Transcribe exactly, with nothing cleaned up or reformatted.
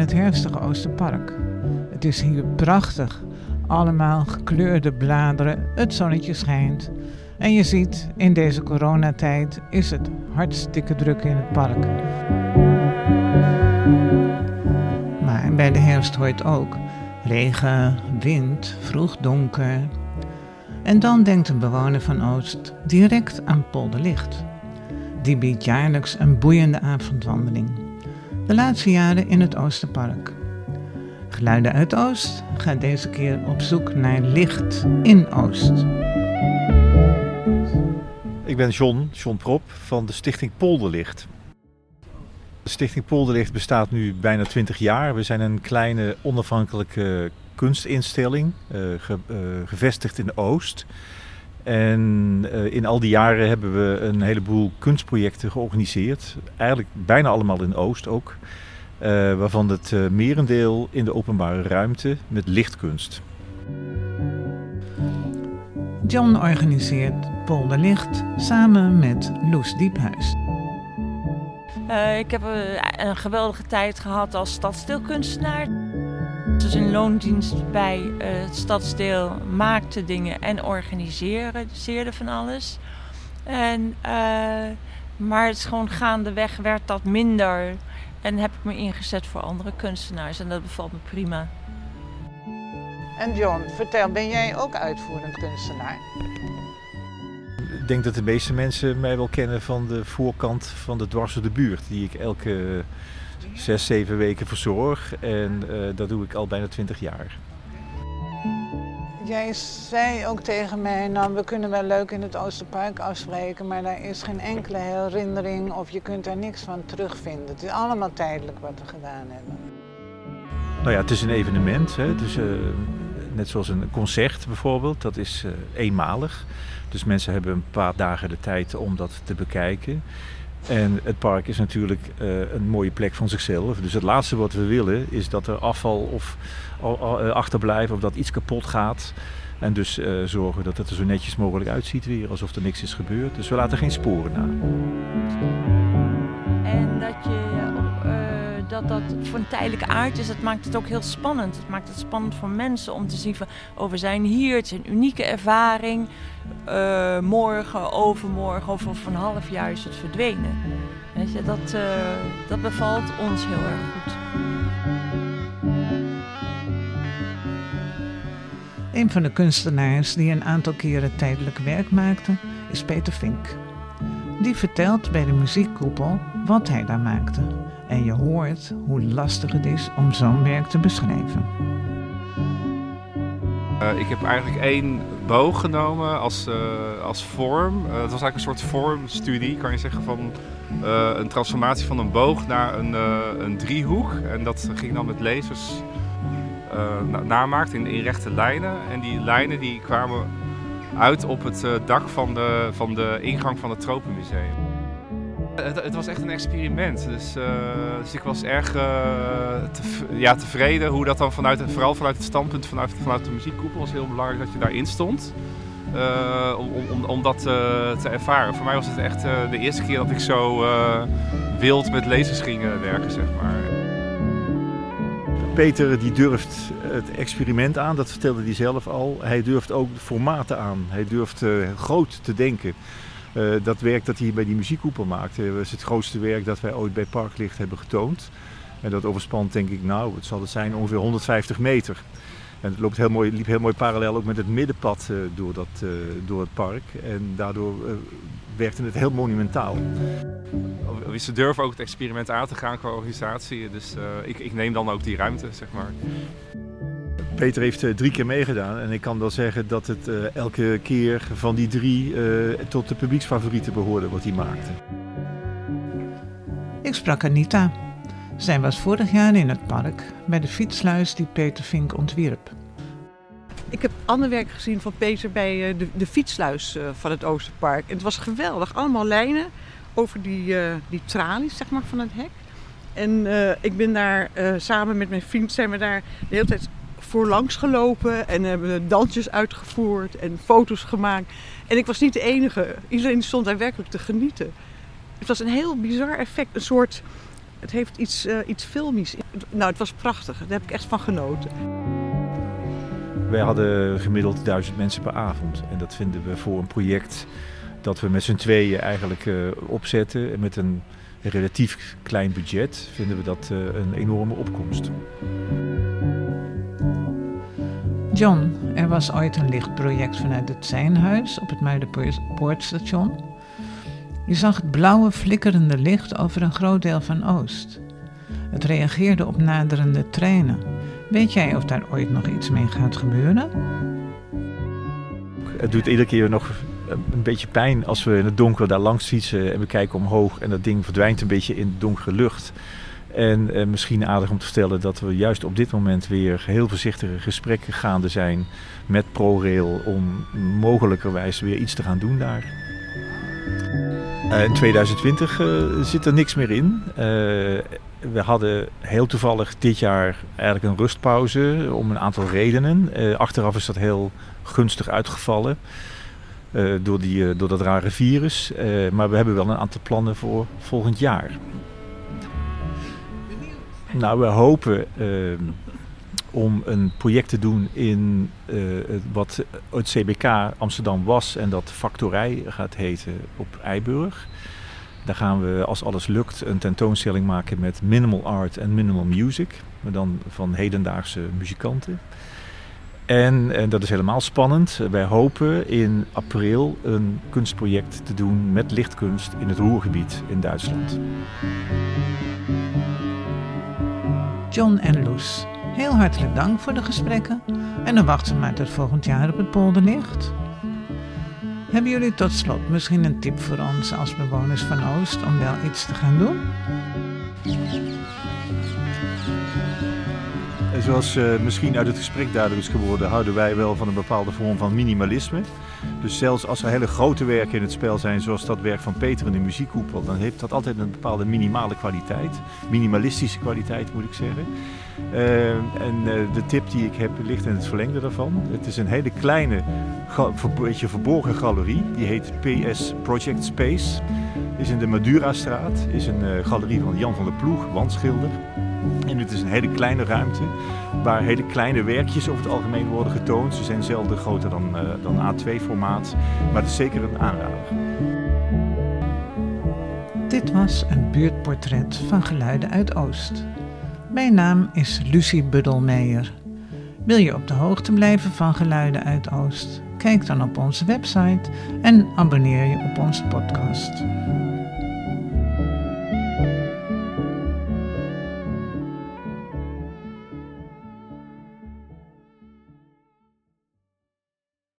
het herfstige Oosterpark. Het is hier prachtig. Allemaal gekleurde bladeren, het zonnetje schijnt. En je ziet, in deze coronatijd is het hartstikke druk in het park. Maar bij de herfst hoort ook regen, wind, vroeg donker. En dan denkt een bewoner van Oost direct aan Polderlicht. Die biedt jaarlijks een boeiende avondwandeling. De laatste jaren in het Oosterpark. Geluiden uit Oost gaat deze keer op zoek naar licht in Oost. Ik ben John, John Prop van de Stichting Polderlicht. De Stichting Polderlicht bestaat nu bijna twintig jaar. We zijn een kleine onafhankelijke kunstinstelling, uh, ge, uh, gevestigd in Oost. En uh, in al die jaren hebben we een heleboel kunstprojecten georganiseerd. Eigenlijk bijna allemaal in Oost ook. Uh, waarvan het uh, merendeel in de openbare ruimte met lichtkunst. John organiseert Polderlicht samen met Loes Diephuis. Uh, ik heb uh, een geweldige tijd gehad als stadsdeelkunstenaar. Dus in loondienst bij uh, het stadsdeel maakte dingen en organiseerde van alles. En, uh, maar het is gewoon gaandeweg werd dat minder. En heb ik me ingezet voor andere kunstenaars en dat bevalt me prima. En John, vertel, ben jij ook uitvoerend kunstenaar? Ik denk dat de meeste mensen mij wel kennen van de voorkant van de Dwars door de Buurt. Die ik elke zes, zeven weken verzorg. En uh, dat doe ik al bijna twintig jaar. Jij zei ook tegen mij, nou we kunnen wel leuk in het Oosterpark afspreken, maar daar is geen enkele herinnering of je kunt daar niks van terugvinden. Het is allemaal tijdelijk wat we gedaan hebben. Nou ja, het is een evenement. Hè. Het is, uh, net zoals een concert bijvoorbeeld, dat is uh, eenmalig. Dus mensen hebben een paar dagen de tijd om dat te bekijken. En het park is natuurlijk uh, een mooie plek van zichzelf. Dus het laatste wat we willen is dat er afval of uh, achterblijft of dat iets kapot gaat. En dus uh, zorgen dat het er zo netjes mogelijk uitziet weer, alsof er niks is gebeurd. Dus we laten geen sporen na. En dat je uh, dat dat voor een tijdelijke aard is, dat maakt het ook heel spannend. Het maakt het spannend voor mensen om te zien van, oh we zijn hier, het is een unieke ervaring. Uh, morgen, overmorgen, over een half jaar is het verdwenen. Weet je, dat, uh, dat bevalt ons heel erg goed. Een van de kunstenaars die een aantal keren tijdelijk werk maakte, is Peter Vink. Die vertelt bij de muziekkoepel wat hij daar maakte. En je hoort hoe lastig het is om zo'n werk te beschrijven. Uh, ik heb eigenlijk één boog genomen als, uh, als vorm. Uh, het was eigenlijk een soort vormstudie, kan je zeggen, van uh, een transformatie van een boog naar een, uh, een driehoek. En dat ging dan met lasers uh, na- namaakt in, in rechte lijnen. En die lijnen die kwamen uit op het uh, dak van de, van de ingang van het Tropenmuseum. Het, het was echt een experiment, dus, uh, dus ik was erg uh, te, ja, tevreden hoe dat dan vanuit, vooral vanuit het standpunt vanuit, vanuit de muziekkoepel was heel belangrijk dat je daarin stond. Uh, om, om, om dat uh, te ervaren. Voor mij was het echt uh, de eerste keer dat ik zo uh, wild met lasers ging uh, werken, zeg maar. Peter die durft het experiment aan, dat vertelde hij zelf al. Hij durft ook de formaten aan, hij durft uh, groot te denken. Uh, dat werk dat hij bij die muziekkoepel maakte, was het grootste werk dat wij ooit bij Parklicht hebben getoond. En dat overspant, denk ik, nou, het zal het zijn ongeveer honderdvijftig meter. En het loopt heel mooi, liep heel mooi parallel ook met het middenpad uh, door, dat, uh, door het park. En daardoor uh, werkte het heel monumentaal. Ze durven ook het experiment aan te gaan qua organisatie, dus uh, ik, ik neem dan ook die ruimte, zeg maar. Peter heeft uh, drie keer meegedaan en ik kan wel zeggen dat het uh, elke keer van die drie uh, tot de publieksfavorieten behoorde wat hij maakte. Ik sprak Anita. Zij was vorig jaar in het park bij de fietsluis die Peter Vink ontwierp. Ik heb ander werk gezien van Peter bij uh, de, de fietsluis uh, van het Oosterpark. En het was geweldig, allemaal lijnen over die, uh, die tralies, zeg maar, van het hek. En uh, ik ben daar uh, samen met mijn vriend zijn we daar de hele tijd voorlangs gelopen en hebben dansjes uitgevoerd en foto's gemaakt. En ik was niet de enige. Iedereen stond daar werkelijk te genieten. Het was een heel bizar effect. Een soort Het heeft iets, uh, iets filmisch. Nou, het was prachtig. Daar heb ik echt van genoten. Wij hadden gemiddeld duizend mensen per avond. En dat vinden we voor een project dat we met z'n tweeën eigenlijk uh, opzetten. En met een relatief klein budget vinden we dat uh, een enorme opkomst. John, er was ooit een lichtproject vanuit het Zijnhuis op het Muiderpoortstation. Je zag het blauwe flikkerende licht over een groot deel van Oost. Het reageerde op naderende treinen. Weet jij of daar ooit nog iets mee gaat gebeuren? Het doet iedere keer nog een beetje pijn als we in het donker daar langs fietsen en we kijken omhoog en dat ding verdwijnt een beetje in de donkere lucht. En eh, misschien aardig om te vertellen dat we juist op dit moment weer heel voorzichtige gesprekken gaande zijn met ProRail om mogelijkerwijs weer iets te gaan doen daar. Uh, in twintig twintig uh, zit er niks meer in. Uh, we hadden heel toevallig dit jaar eigenlijk een rustpauze om een aantal redenen. Uh, achteraf is dat heel gunstig uitgevallen uh, door, die, uh, door dat rare virus. Uh, maar we hebben wel een aantal plannen voor volgend jaar. Nou, we hopen uh, om een project te doen in uh, wat het C B K Amsterdam was en dat Factorij gaat heten op Eiburg. Daar gaan we, als alles lukt, een tentoonstelling maken met minimal art en minimal music. Maar dan van hedendaagse muzikanten. En, en dat is helemaal spannend. Wij hopen in april een kunstproject te doen met lichtkunst in het Ruhrgebied in Duitsland. John en Loes, heel hartelijk dank voor de gesprekken. En dan wachten we maar tot volgend jaar op het Polderlicht. Hebben jullie tot slot misschien een tip voor ons als bewoners van Oost om wel iets te gaan doen? En zoals uh, misschien uit het gesprek duidelijk is geworden, houden wij wel van een bepaalde vorm van minimalisme. Dus zelfs als er hele grote werken in het spel zijn, zoals dat werk van Peter in de muziekkoepel, dan heeft dat altijd een bepaalde minimale kwaliteit. Minimalistische kwaliteit moet ik zeggen. Uh, en uh, de tip die ik heb ligt in het verlengde daarvan. Het is een hele kleine, ga- een beetje verborgen galerie. Die heet P S Project Space. Is in de Madura-straat. Is een uh, galerie van Jan van der Ploeg, wandschilder. En het is een hele kleine ruimte waar hele kleine werkjes over het algemeen worden getoond. Ze zijn zelden groter dan, uh, dan A twee formaat, maar het is zeker een aanrader. Dit was een buurtportret van Geluiden uit Oost. Mijn naam is Lucie Buddelmeijer. Wil je op de hoogte blijven van Geluiden uit Oost? Kijk dan op onze website en abonneer je op onze podcast.